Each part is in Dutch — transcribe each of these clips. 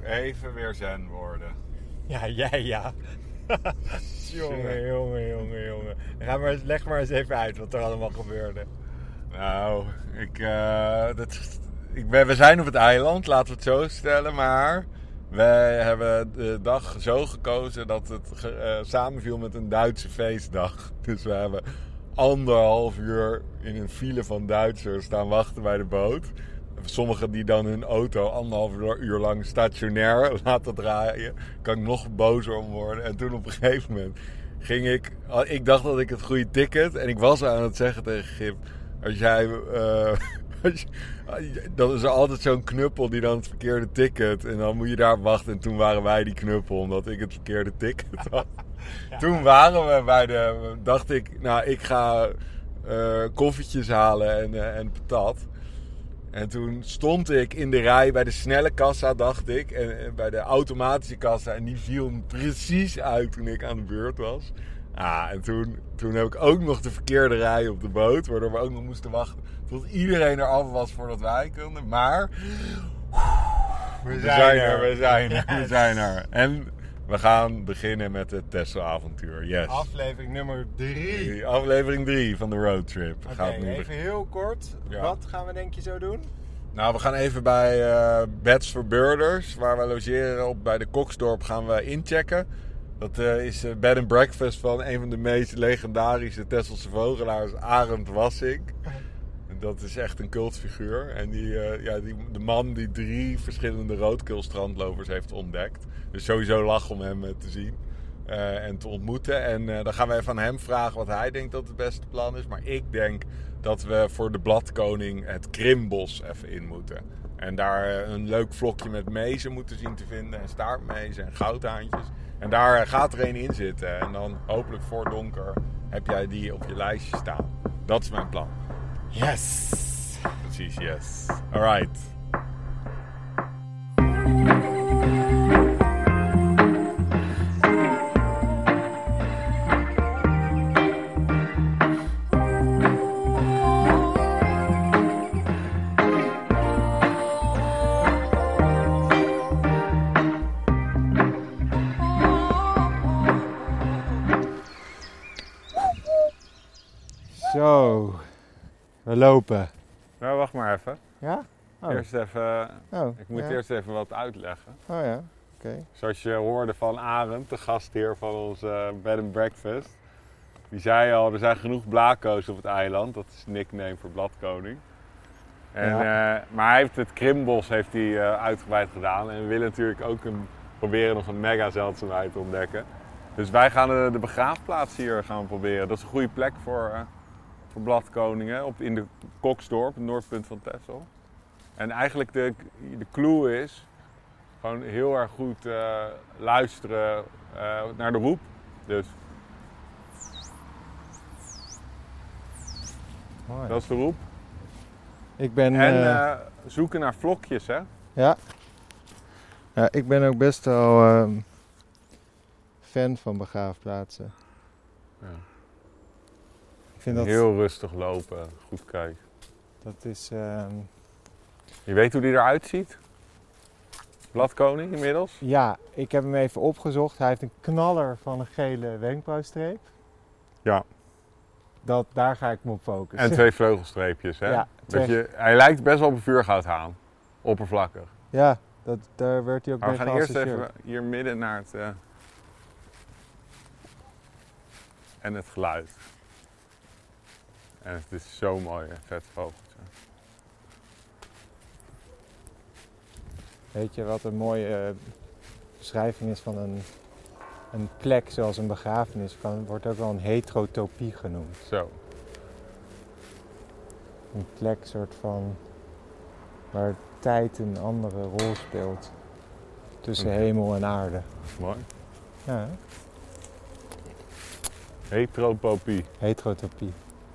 Even weer zen worden. Ja, jij ja. jongen. Leg maar eens even uit wat er allemaal gebeurde. Nou, we zijn op het eiland, laten we het zo stellen. Maar wij hebben de dag zo gekozen dat het samenviel met een Duitse feestdag. Dus we hebben 1,5 uur in een file van Duitsers staan wachten bij de boot. Sommigen die dan hun auto 1,5 uur lang stationair laten draaien. Kan ik nog bozer om worden. En toen op een gegeven moment ik dacht dat ik het goede ticket. En ik was aan het zeggen tegen Gip. Als jij... dan is er altijd zo'n knuppel die dan het verkeerde ticket. En dan moet je daar wachten. En toen waren wij die knuppel. Omdat ik het verkeerde ticket had. Ja. Toen waren we dacht ik, nou ik ga koffietjes halen en patat. En toen stond ik in de rij bij de snelle kassa, dacht ik. En bij de automatische kassa. En die viel precies uit toen ik aan de beurt was. En toen heb ik ook nog de verkeerde rij op de boot. Waardoor we ook nog moesten wachten tot iedereen eraf was voordat wij konden. Maar we zijn er. En we gaan beginnen met het Texel-avontuur. Yes. Aflevering nummer 3. Aflevering 3 van de roadtrip. Oké, even heel kort. Ja. Wat gaan we denk je zo doen? Nou, we gaan even bij Beds for Birders, waar we logeren bij de Koksdorp, gaan we inchecken. Dat is bed and breakfast van een van de meest legendarische Texelse vogelaars, Arend Wassink. Dat is echt een cultfiguur. En de man die 3 verschillende roodkeelstrandlovers heeft ontdekt. Dus sowieso lach om hem te zien en te ontmoeten. En dan gaan we even aan hem vragen wat hij denkt dat het beste plan is. Maar ik denk dat we voor de bladkoning het Krimbos even in moeten. En daar een leuk vlokje met mezen moeten zien te vinden. En staartmezen en goudhaantjes. En daar gaat er één in zitten. En dan hopelijk voor donker heb jij die op je lijstje staan. Dat is mijn plan. Yes! Precies, yes. Alright. Zo, we lopen. Nou, wacht maar even. Ja? Oh. Eerst even. Ik moet ja. eerst even wat uitleggen. Oh ja, oké. Zoals je hoorde van Arend, de gastheer van ons bed and breakfast. Die zei al, er zijn genoeg blako's op het eiland. Dat is de nickname voor bladkoning. En, maar hij heeft het Krimbos uitgebreid gedaan. En we willen natuurlijk ook proberen nog een mega zeldzaamheid te ontdekken. Dus wij gaan de begraafplaats hier gaan proberen. Dat is een goede plek voor bladkoningen in de Koksdorp, het noordpunt van Texel. En eigenlijk de clue is gewoon heel erg goed luisteren naar de roep. Dus Mooi. dat is de roep. En zoeken naar vlokjes, hè? Ja. Ja, ik ben ook best wel fan van begraafplaatsen. Ja. Ik vind dat heel rustig lopen, goed kijken. Dat is... Je weet hoe die eruit ziet? Bladkoning inmiddels? Ja, ik heb hem even opgezocht. Hij heeft een knaller van een gele wenkbrauwstreep. Ja. Daar ga ik me op focussen. En 2 vleugelstreepjes, hè? Ja, hij lijkt best wel op een vuurgoudhaan. Oppervlakkig. Ja, daar werd hij ook maar mee we gaan eerst geassocieerd. even hier midden naar het... en het geluid. En het is zo mooi, een vet vogeltje. Weet je wat een mooie beschrijving is van een plek zoals een begrafenis? Wordt ook wel een heterotopie genoemd. Zo. Een plek soort van waar tijd een andere rol speelt tussen hemel en aarde. Mooi. Ja, hè? Heterotopie. Heterotopie.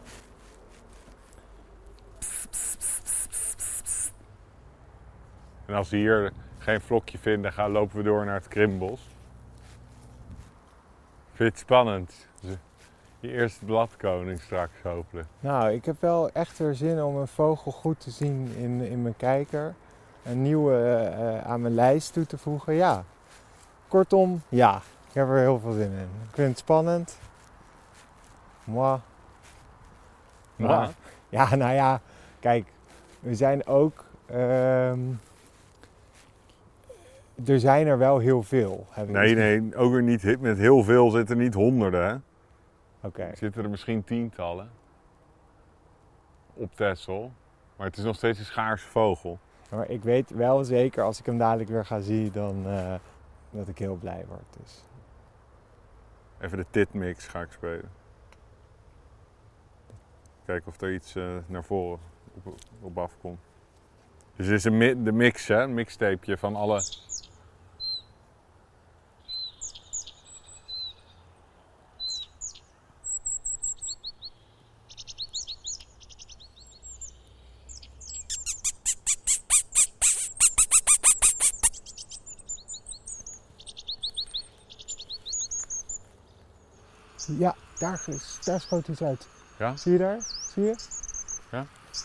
En als we hier geen vlokje vinden, lopen we door naar het Krimbos. Vind je het spannend? Je eerste bladkoning straks hopelijk. Nou, ik heb wel echt weer zin om een vogel goed te zien in mijn kijker. een nieuwe aan mijn lijst toe te voegen? Ja. Kortom, ja. Ik heb er heel veel zin in. Ik vind het spannend. Moi. Maar, ja, nou ja. Kijk, we zijn ook... er zijn er wel heel veel. Nee, ook weer niet. Met heel veel zitten niet honderden, hè? Oké. Er zitten er misschien tientallen. Op Texel. Maar het is nog steeds een schaarse vogel. Maar ik weet wel zeker, als ik hem dadelijk weer ga zien, dan dat ik heel blij word. Dus. Even de titmix ga ik spelen. Kijken of er iets naar voren op afkomt. Dus dit is de mix, hè? Een mixtapeje van alle... Ja, daar schoot iets uit. Ja? Zie je daar? Zie je? Ja.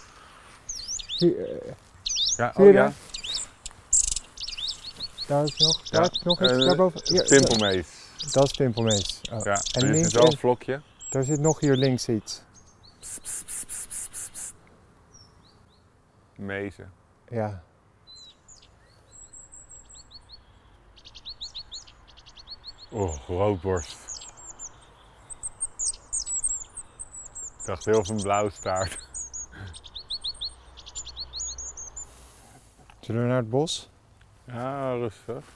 Zie Ja, je ja. daar? Daar is nog. Daar is nog iets. Daarboven. Pimpelmees. Dat is pimpelmees. Oh. Ja, En dit links is wel een vlokje. daar zit nog hier links iets. Mezen. Ja. Oh, roodborst. Ik dacht heel veel blauwstaart. Zullen we naar het bos? Ja, rustig.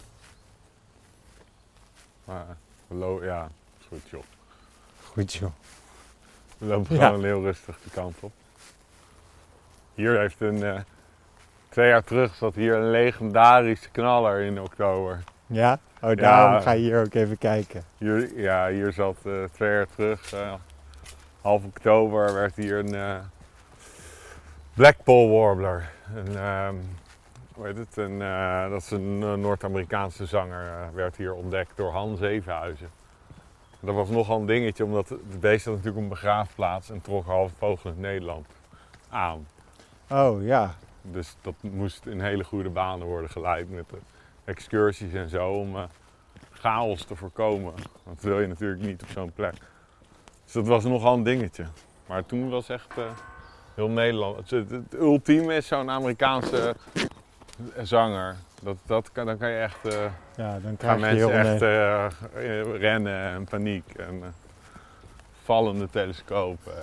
Maar, ja, is goed joh. Goed joh. We lopen gewoon heel rustig de kant op. Hier heeft 2 jaar terug zat hier een legendarische knaller in oktober. Ja? Oh, daarom ga je hier ook even kijken. Hier zat 2 jaar terug, half oktober, werd hier een Blackpoll Warbler. Hoe heet het? Dat is een Noord-Amerikaanse zanger, werd hier ontdekt door Han Zevenhuizen. Dat was nogal een dingetje, omdat het beest had natuurlijk een begraafplaats en trok half vogelend Nederland aan. Oh ja. Dus dat moest in hele goede banen worden geleid met de excursies en zo om chaos te voorkomen. Want dat wil je natuurlijk niet op zo'n plek. Dus dat was nogal een dingetje. Maar toen was echt heel Nederland. Het ultieme is zo'n Amerikaanse zanger. Dan kan je echt. Dan gaan krijg je mensen heel echt rennen en paniek en vallende telescopen.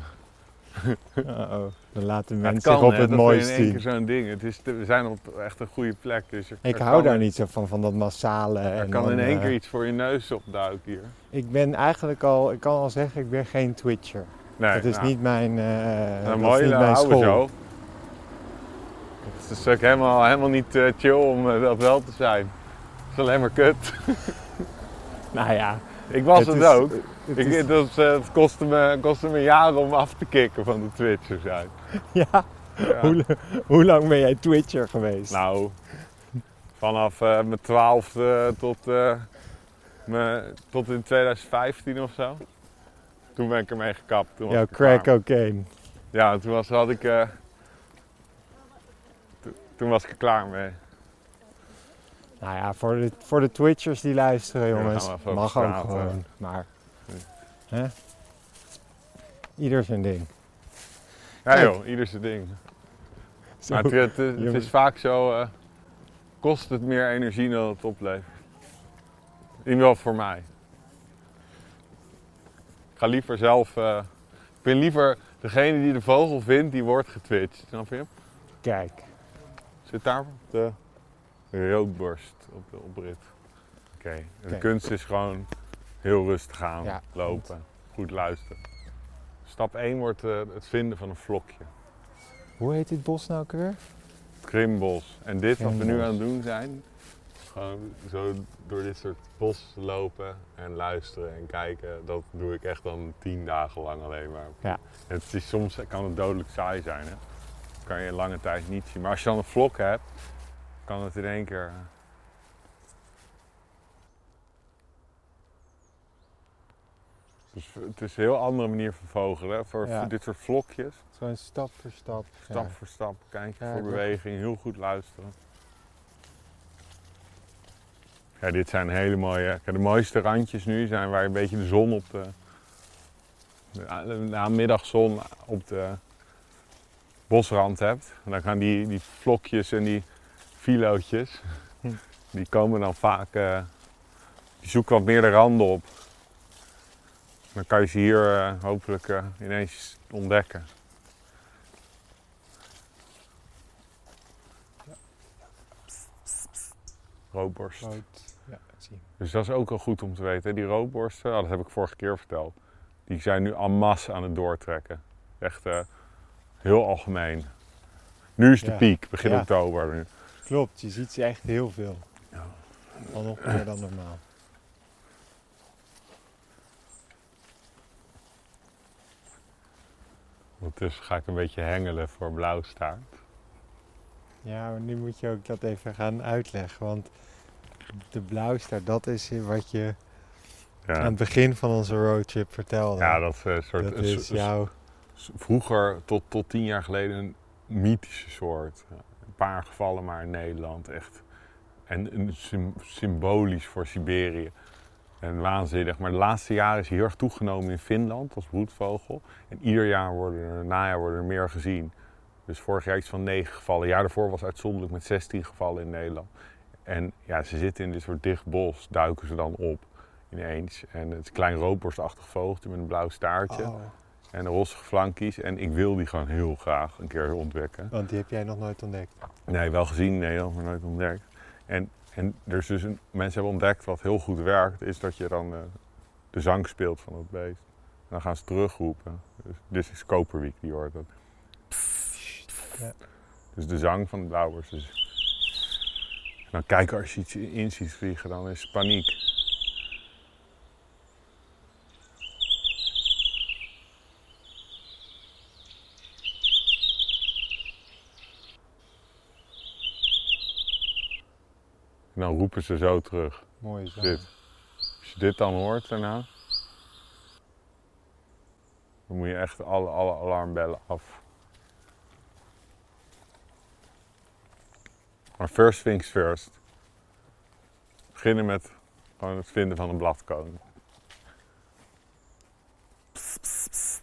Dan laten Het mensen kan, zich op hè, het dat mooist is in één zien. keer zo'n ding. We zijn op echt een goede plek. Dus Ik hou daar niet zo van dat massale. Er kan in één keer iets voor je neus opduiken hier. Ik ben eigenlijk al, ik kan al zeggen, ik ben geen Twitcher. Nee, dat is niet mijn, dat mooi, is niet mijn school. Zo. Het is ook helemaal niet chill om dat wel te zijn. Het is alleen maar kut. Nou ja. Ik was het ook. Het kostte me jaren om af te kicken van de Twitcher zijn. Ja? Hoe lang ben jij Twitcher geweest? Nou, vanaf mijn 12e tot in 2015 of zo. Toen ben ik ermee gekapt. Jouw crack cocaine. Ja, toen was ik er klaar mee. Nou ja, voor de Twitchers die luisteren, jongens, mag ook praten. gewoon. Maar, hè? Ieder zijn ding. Ja joh, ieder zijn ding. Maar het is vaak zo, kost het meer energie dan het oplevert. In ieder geval voor mij. Ik ga liever zelf, ik ben liever degene die de vogel vindt, die wordt getwitcht. Snap je? Kijk. Zit daar de roodborst op de oprit. Oké. De kunst is gewoon heel rustig aan, lopen, goed luisteren. Stap 1 wordt het vinden van een vlokje. Hoe heet dit bos nou ook weer? Het Krimbos. En dit wat we nu aan het doen zijn, gewoon zo door dit soort bos lopen en luisteren en kijken. Dat doe ik echt dan 10 dagen lang alleen maar. Ja. En soms kan het dodelijk saai zijn. Hè? Dat kan je lange tijd niet zien. Maar als je dan een vlok hebt, kan het in één keer. Dus het is een heel andere manier van vogelen. Voor dit soort vlokjes. Gewoon stap voor stap. Stap voor stap, kijken voor dat- beweging, heel goed luisteren. Ja, dit zijn hele mooie... De mooiste randjes nu zijn waar je een beetje de zon op de middagzon op de bosrand hebt. En dan gaan die vlokjes en die filootjes, die komen dan vaak... die zoeken wat meer de randen op. Dan kan je ze hier hopelijk ineens ontdekken. Roodborst. Ja, zie. Dus dat is ook wel goed om te weten. Die roodborsten, dat heb ik vorige keer verteld. Die zijn nu en masse aan het doortrekken. Echt heel algemeen. Nu is de piek, begin oktober nu. Klopt, je ziet ze echt heel veel. Ja. Al nog meer dan normaal. Ondertussen ga ik een beetje hengelen voor blauwstaart. Ja, maar nu moet je ook dat even gaan uitleggen. Want de blauwstaart, dat is wat je aan het begin van onze roadtrip vertelde. Ja, dat soort... Dat is jouw... Vroeger, tot 10 jaar geleden, een mythische soort. Een paar gevallen maar in Nederland, echt. En symbolisch voor Siberië. En waanzinnig. Maar de laatste jaren is hij heel erg toegenomen in Finland als broedvogel. En ieder jaar najaar worden er meer gezien. Dus vorig jaar iets van 9 gevallen. Het jaar daarvoor was uitzonderlijk met 16 gevallen in Nederland. En ja, ze zitten in dit soort dicht bos, duiken ze dan op ineens. En het is een klein roodborstachtig vogeltje met een blauw staartje. Oh. En rossige flankjes. En ik wil die gewoon heel graag een keer ontdekken. Want die heb jij nog nooit ontdekt? Nee, wel gezien in Nederland, maar nooit ontdekt. En dus mensen hebben ontdekt wat heel goed werkt, is dat je dan de zang speelt van het beest. En dan gaan ze terugroepen. Dus dit is Koperwiek, die hoort dat. Ja. Dus de zang van de blauwers. Dus... En dan kijken als je iets in ziet vliegen, dan is paniek. En dan roepen ze zo terug. Mooi zo. Als je dit dan hoort daarna, dan moet je echt alle alarmbellen af. Maar first things first. Beginnen met gewoon het vinden van een bladkoning. Pss, pss, pss.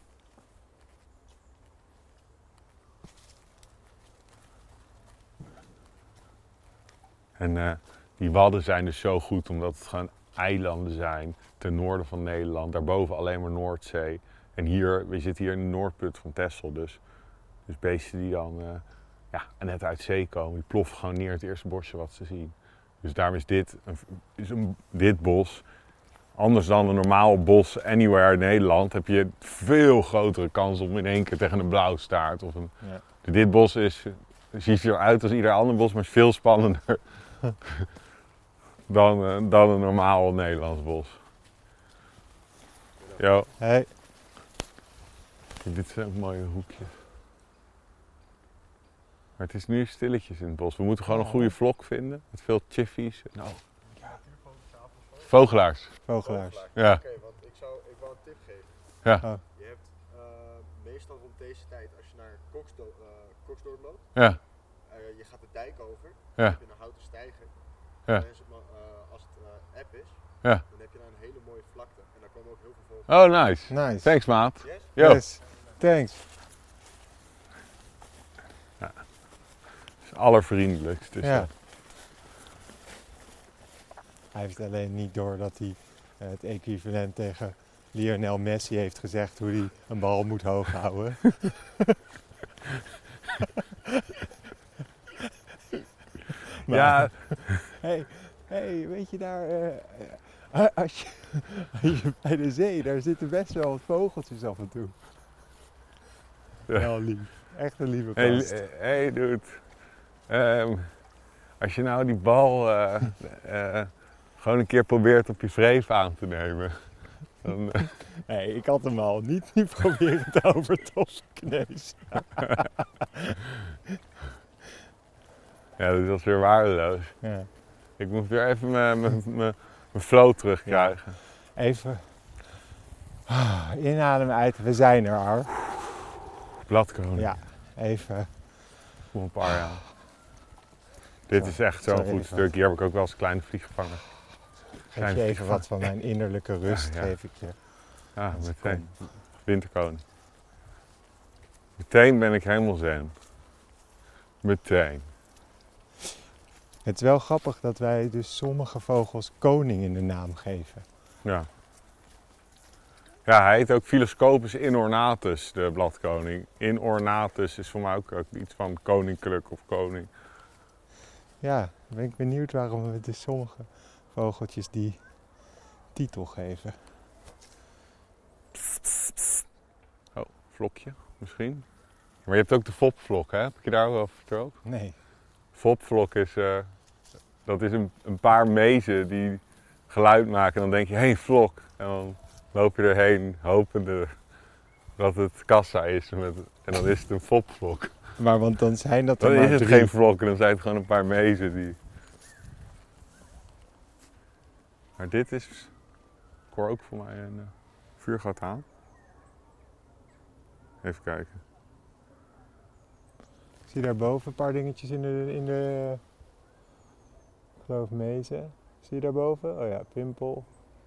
En die wadden zijn dus zo goed omdat het gewoon eilanden zijn ten noorden van Nederland. Daarboven alleen maar Noordzee. En hier, we zitten hier in de Noordpunt van Texel. Dus beesten die dan net uit zee komen, die ploffen gewoon neer het eerste bosje wat ze zien. Dus daarom is dit bos, anders dan een normaal bos anywhere in Nederland, heb je veel grotere kans om in één keer tegen een blauwstaart. Ja. Dit bos ziet eruit als ieder ander bos, maar is veel spannender dan een normaal Nederlands bos. Yo. Hey. Dit zijn ook mooie hoekjes. Maar het is nu stilletjes in het bos. We moeten gewoon een goede vlok vinden. Met veel chiffies. Nou. Vogelaars. Vogelaars. Ja. Oké, want ik wou een tip geven. Ja. Oh. Je hebt meestal rond deze tijd, als je naar Koksdorp loopt, Ja. je gaat de dijk over, Ja. dan heb je een houten steiger. Ja. En als het app is, Ja. dan heb je daar een hele mooie vlakte. En daar komen ook heel veel vogels. Oh, nice. Nice. Thanks, maat. Yes? Yo. Yes. Thanks. Het is allervriendelijkst. Dus Ja. Hij heeft alleen niet door dat hij het equivalent tegen Lionel Messi heeft gezegd hoe hij een bal moet hoog houden. Maar, Ja. hey, weet je daar, als je bij de zee, daar zitten best wel wat vogeltjes af en toe. Ja. Wel lief, echt een lieve Hey, gast. hey dude. Als je nou die bal gewoon een keer probeert op je wreef aan te nemen. Dan, Hey, ik had hem al niet proberen te overtossen, Knees. ja, dat was weer waardeloos. Ja. Ik moet weer even mijn flow terugkrijgen. Even Inademen, uit. We zijn er, Ar. Bladkoning. Ja, even. Voor een paar jaar. Dit Zo, is echt zo zo'n even goed stuk. Hier heb ik ook wel eens een kleine vlieg gevangen. Geef je even wat van mijn innerlijke rust, Ja. geef ik je. Ja, Als ik meteen. Winterkoning. Meteen ben ik helemaal zen. Meteen. Het is wel grappig dat wij dus sommige vogels koning in de naam geven. Ja. Ja, hij heet ook Philoscopus inornatus, de bladkoning. Inornatus is voor mij ook iets van koninklijk of koning. Ja, dan ben ik benieuwd waarom we dus sommige vogeltjes die titel geven. Oh, vlokje misschien. Maar je hebt ook de fopvlok, hè? Heb ik je daar wel over verteld? Nee. Fopvlok is, dat is een paar mezen die geluid maken. En dan denk je, hé, vlok. En dan loop je erheen hopende dat het kassa is. En dan is het een fopvlok. Maar want dan zijn dat er Dan maar is het 3. geen vlok en dan zijn het gewoon een paar mezen die... Maar dit is... Ik hoor ook voor mij een vuurgat aan. Even kijken. Ik zie daarboven een paar dingetjes in de ik geloof mezen. Zie je daarboven? Oh ja, pimpel.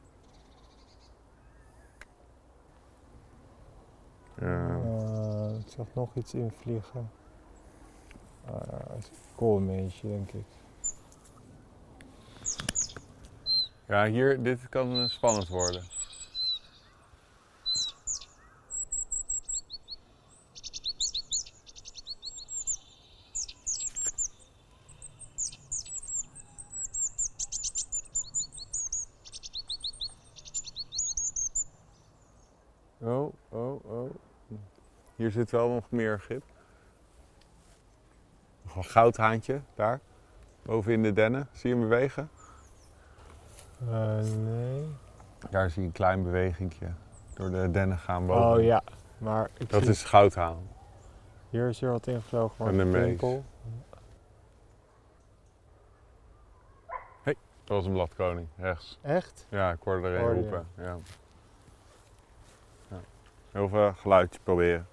Ja. Ik zag nog iets invliegen. Dat is een koolmeesje, denk ik. Ja, hier, dit kan spannend worden. Oh, oh, oh. Hier zit wel nog meer gip. Nog een goudhaantje, daar. Boven in de dennen. Zie je hem bewegen? Nee. Daar zie je een klein bewegingje. Door de dennen gaan boven. Oh ja, maar ik Dat zie... is goudhaan. Hier is er wat ingevlogen, maar En een mees. pimpel. Dat was een bladkoning, rechts. Echt? Ja, ik hoorde er een Hoorde je? roepen. Ja. Ja. Heel veel geluidje proberen.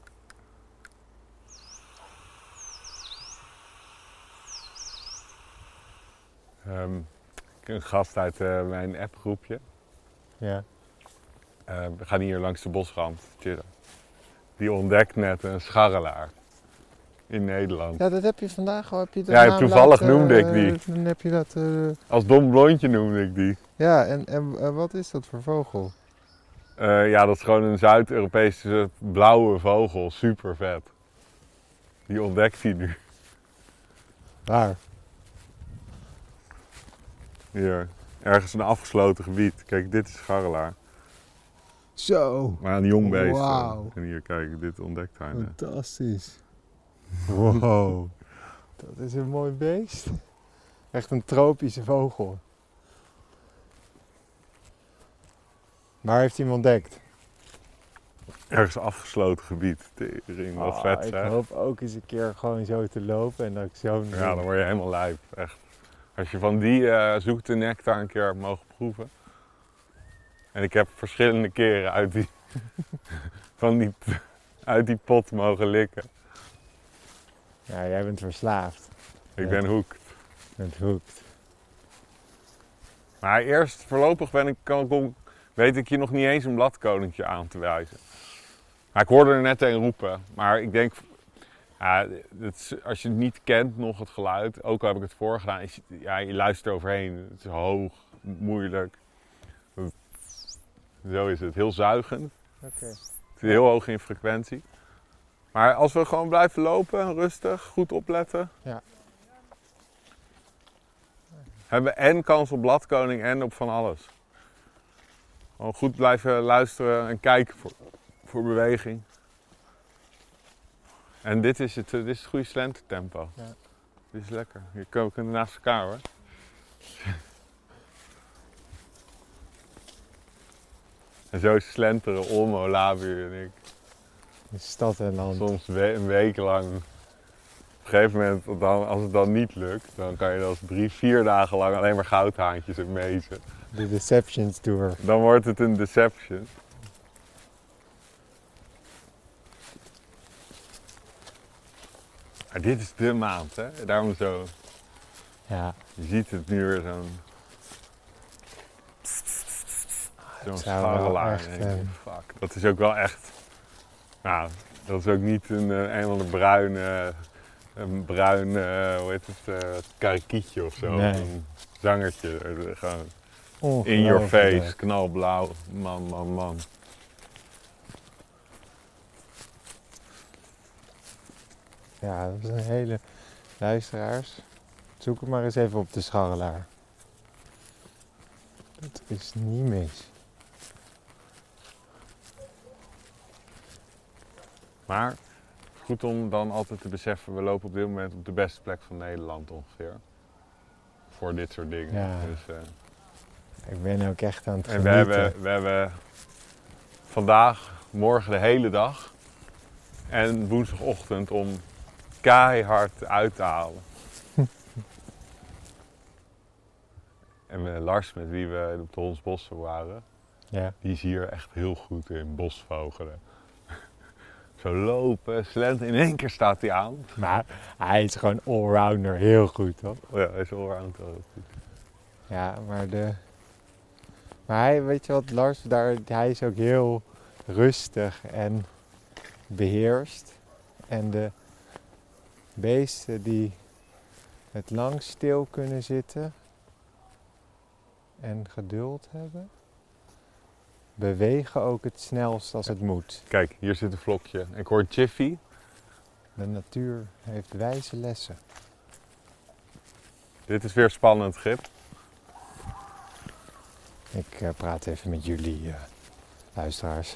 Een gast uit mijn appgroepje. Ja. We gaan hier langs de bosrand chillen. Die ontdekt net een scharrelaar. In Nederland. Ja, dat heb je vandaag al. Heb je de Ja, naam toevallig laten, noemde ik die. Dan heb je dat... Als dom blondje noemde ik die. Ja, en wat is dat voor vogel? Ja, dat is gewoon een Zuid-Europese blauwe vogel. Super vet. Die ontdekt hij nu. Waar? Hier. Ergens in een afgesloten gebied. Kijk, dit is scharrelaar. Zo. Maar een jong beest. Wauw. En hier, kijk, dit ontdekt hij net. Fantastisch. Wow. Dat is een mooi beest. Echt een tropische vogel. Waar heeft hij hem ontdekt? Ergens afgesloten gebied. Tering, wat vet Ik zeg. hoop ook eens een keer gewoon zo te lopen en dat ik zo'n... Ja, dan word je helemaal lijp. Echt. Als je van die zoete nectar een keer hebt mogen proeven. En ik heb verschillende keren uit die pot mogen likken. Ja, jij bent verslaafd. Ik ben hooked. Je bent hooked. Maar eerst, voorlopig weet ik je nog niet eens een bladkoningje aan te wijzen. Maar ik hoorde er net een roepen. Maar ik denk, ja, als je het niet kent nog het geluid, ook al heb ik het voorgedaan, je luistert er overheen. Het is hoog, moeilijk. Zo is het, heel zuigend. Oké. Het is heel hoog in frequentie. Maar als we gewoon blijven lopen, rustig, goed opletten. Ja. Hebben we en kans op bladkoning en op van alles. Gewoon goed blijven luisteren en kijken voor beweging. En dit is het goede slentertempo. Ja. Dit is lekker. We kunnen naast elkaar hoor. En zo slenteren Olmo, Labuur en ik. In stad en land. Soms een week lang. Op een gegeven moment, als het dan niet lukt, dan kan je dat 3-4 dagen lang alleen maar goudhaantjes en mezen. De Deceptions Tour. Dan wordt het een deception. Maar dit is de maand, hè? Daarom zo. Ja. Je ziet het nu weer zo'n Het zou wel scharrelaar. echt, En dan denk je, fuck. Dat is ook wel echt. Nou, dat is ook niet een of ander bruin, hoe heet het, karikietje of zo. Nee. Een zangertje. Gewoon in your ongelooflijk. face, knalblauw. Man, man, man. Ja, dat is een hele... Luisteraars, zoek het maar eens even op de scharrelaar. Het is niet mis. Maar goed om dan altijd te beseffen, we lopen op dit moment op de beste plek van Nederland ongeveer. Voor dit soort dingen. Ja. Dus, Ik ben ook echt aan het en genieten. we hebben vandaag, morgen de hele dag en woensdagochtend om keihard uit te halen. En Lars, met wie we op de Hondsbossen waren, Ja. die is hier echt heel goed in bosvogelen. Zo lopen, slenten, in één keer staat hij aan. Maar hij is gewoon allrounder heel goed, toch? Oh ja, hij is allround wel heel goed. Ja, maar hij, weet je wat, Lars, hij is ook heel rustig en beheerst. En de beesten die het lang stil kunnen zitten en geduld hebben, bewegen ook het snelst als het moet. Kijk, hier zit een vlokje. Ik hoor Chiffy. De natuur heeft wijze lessen. Dit is weer spannend, Gip. Ik praat even met jullie luisteraars.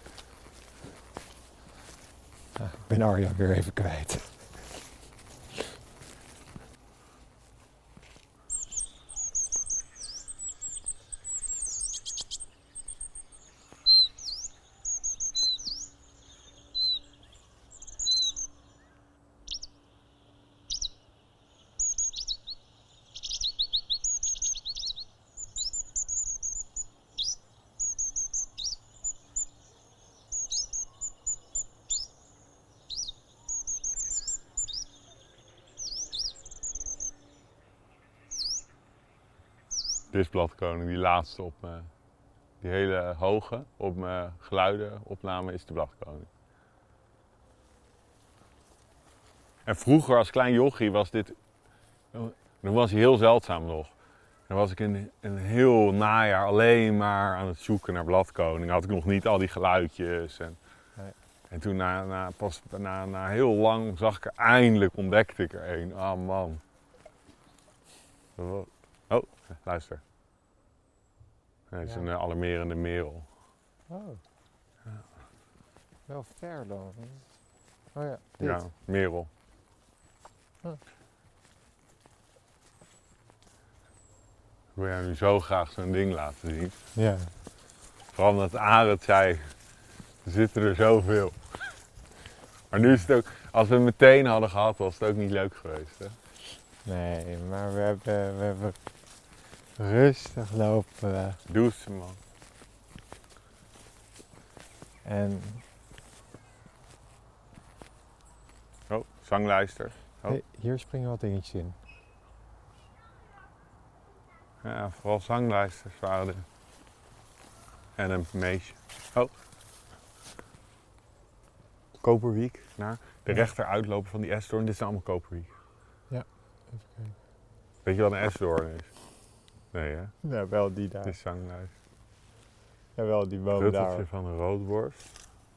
Ik ben Arjan weer even kwijt. Dit is Bladkoning, die laatste op me. Die hele hoge op mijn geluidenopname is de Bladkoning. En vroeger als klein jochie was dit, dan was hij heel zeldzaam nog. Dan was ik een heel najaar alleen maar aan het zoeken naar Bladkoning. Had ik nog niet al die geluidjes. Nee. En toen pas na heel lang zag ik er eindelijk, ontdekte ik er een. Ah man. Oh, luister. Het is Ja. een alarmerende merel. Oh. Ja. Wel ver dan. Oh ja, dit. Ja, merel. Huh. Ik wil jou nu zo graag zo'n ding laten zien. Ja. Vooral omdat Arend zei, er zitten er zoveel. Maar nu is het ook, als we het meteen hadden gehad, was het ook niet leuk geweest. Hè? Nee, maar we hebben rustig lopen. Doe ze man. En Oh, zanglijster. Oh. hey, hier springen wat dingetjes in. Ja, vooral zanglijsters waren er. En een meisje. Oh. Koperwiek. Naar de rechteruitloper van die esdoorn. Dit zijn allemaal koperwiek. Even kijken. Weet je wat een esdoorn is? Nee hè? Ja, wel die daar. Dit is zanglijst. Ja, wel die boom Rutteltje daar. van een roodborst.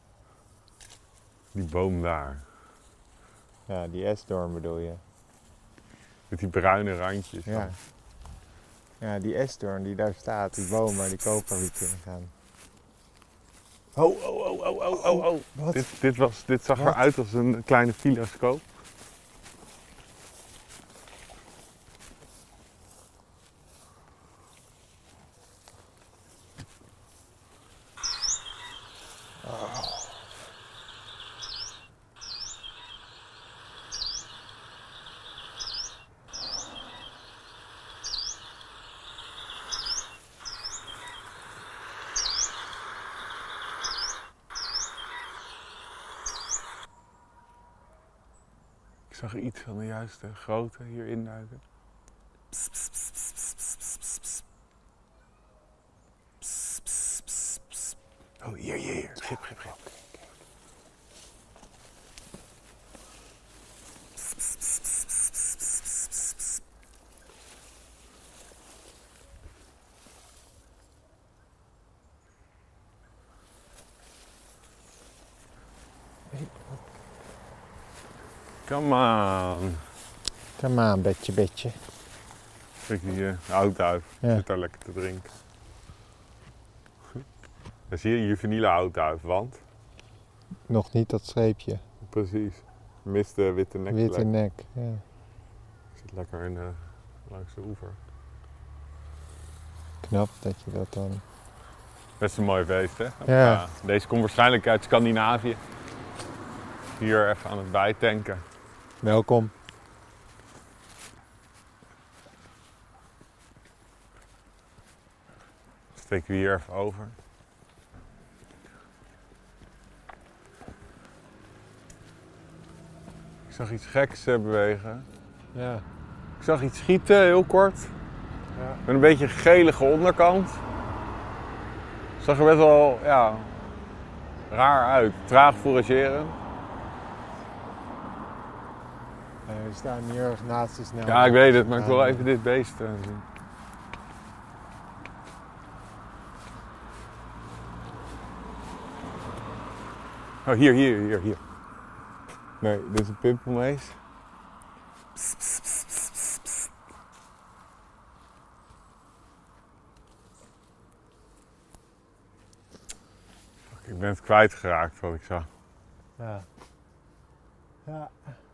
Die boom daar. Ja, die esdoorn bedoel je. Met die bruine randjes. Ja. dan. Ja, die esdoorn die daar staat, die boom waar die koperwieken in gaan. Oh. Wat? Dit zag Wat? eruit als een kleine filoscoop. zag iets van de juiste grootte hier induiken. Oh, hier. Gip. Come on. Kom aan, bedje. Kijk die houtduif. Ja. Zit daar lekker te drinken. Dan zie je hier vanille houtduif, want... Nog niet dat streepje. Precies. Mist de witte nek. Witte nek, ja. Zit lekker langs de oever. Knap dat je dat dan... Best een mooi feest, hè? Ja. Deze komt waarschijnlijk uit Scandinavië. Hier even aan het bijtanken. Welkom. Steken we hier even over. Ik zag iets geks bewegen. Ja. Ik zag iets schieten, heel kort. Ja. Met een beetje gelige onderkant. Zag er best wel, raar uit. Traag fourageren. We staan hier naast de snelweg. Ja, ik weet het, maar ik wil even dit beest zien. Oh, hier. Nee, dit is een pimpelmees. Ik ben het kwijtgeraakt wat ik zag. Ja. Ja.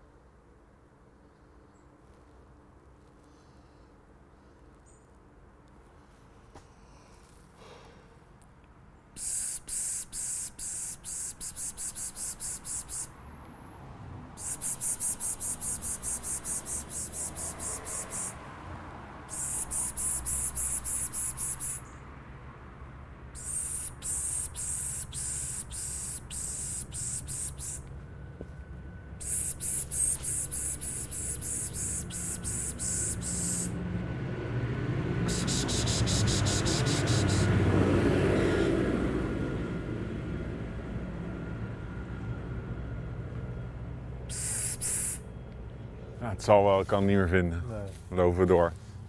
Ja, het zal wel, ik kan het niet meer vinden. Nee. We lopen door.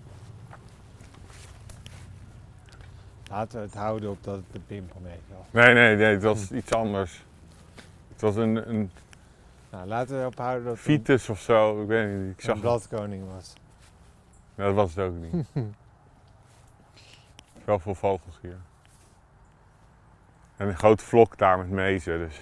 Laten we het houden op dat het de pimpelmees was. Nee, het was iets anders. Het was een Nou, laten we erop houden dat het Vitus of zo, ik weet niet. Ik zag een bladkoning was. Nee, dat was het ook niet. Wel veel vogels hier. En een groot vlok daar met mezen, dus.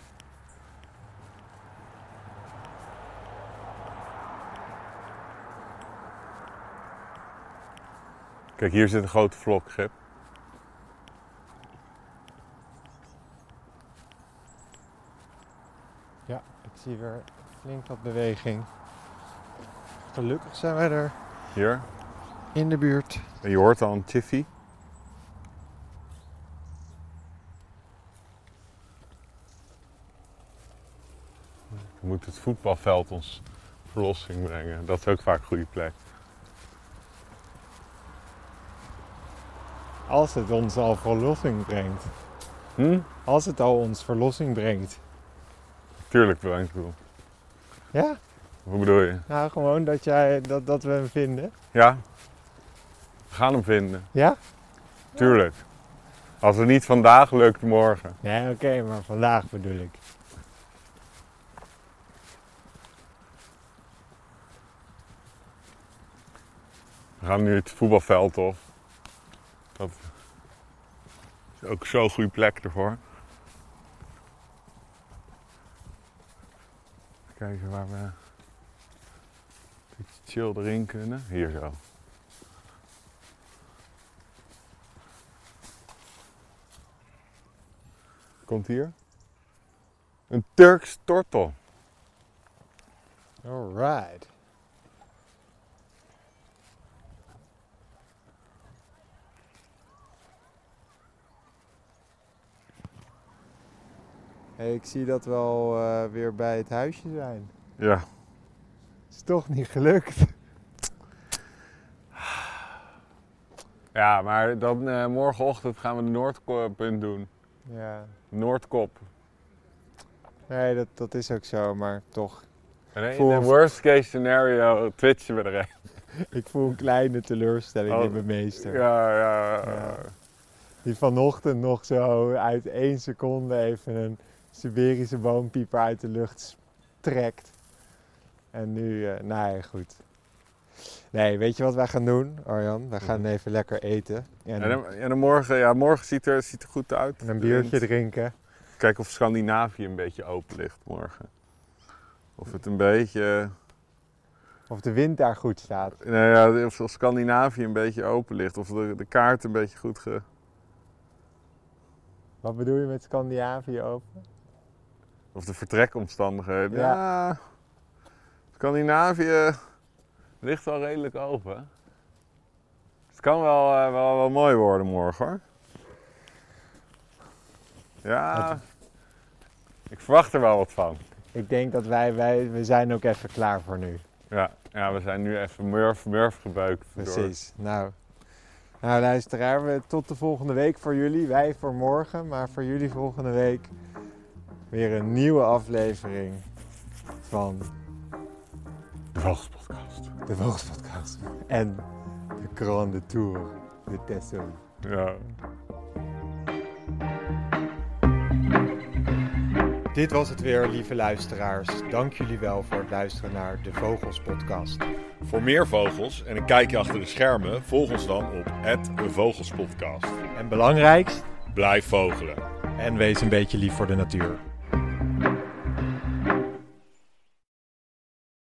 Kijk, hier zit een grote vlok, Gip. Ja, ik zie weer flink wat beweging. Gelukkig zijn wij er Hier. in de buurt. En je hoort al een chiffy. Dan moet het voetbalveld ons verlossing brengen. Dat is ook vaak een goede plek. Als het ons al verlossing brengt. Als het al ons verlossing brengt. Tuurlijk bedankt, ik bedoel. Ja? Wat bedoel je? Nou, gewoon dat we hem vinden. Ja? We gaan hem vinden. Ja? Tuurlijk. Als het niet vandaag lukt, morgen. Nee, oké, maar vandaag bedoel ik. We gaan nu het voetbalveld op. Dat is ook zo'n goede plek ervoor. Even kijken waar we een beetje chill erin kunnen. Hier zo. Komt hier? Een Turks tortel. Alright. Hey, ik zie dat we al weer bij het huisje zijn. Ja. Is toch niet gelukt. Ja, maar dan morgenochtend gaan we de Noordpunt doen. Ja. Noordkop. Nee, dat is ook zo, maar toch. En in de worst case scenario twitchen we er een. Ik voel een kleine teleurstelling in mijn meester. Ja. Die vanochtend nog zo uit 1 seconde even een Siberische boompieper uit de lucht trekt. En nu, nee, goed. Nee, weet je wat wij gaan doen, Arjan? Wij gaan even lekker eten. En dan morgen ziet er goed uit. En een biertje drinken. Kijken of Scandinavië een beetje open ligt morgen. Of het een beetje... Of de wind daar goed staat. Nou ja, of Scandinavië een beetje open ligt. Of de kaart een beetje goed Wat bedoel je met Scandinavië open? Of de vertrekomstandigheden. Ja. Ja, Scandinavië ligt wel redelijk open. Het kan wel mooi worden morgen, hoor. Ja, ik verwacht er wel wat van. Ik denk dat we zijn ook even klaar voor nu. Ja, we zijn nu even murf gebeukt. Precies. Nou, luisteraar, tot de volgende week voor jullie. Wij voor morgen, maar voor jullie volgende week weer een nieuwe aflevering van De Vogelspodcast. De Vogelspodcast. En de Grande Tour de Texel. Ja. Dit was het weer, lieve luisteraars. Dank jullie wel voor het luisteren naar de Vogelspodcast. Voor meer vogels en een kijkje achter de schermen, volg ons dan op @vogelspodcast. En belangrijkst, Blijf vogelen. en wees een beetje lief voor de natuur.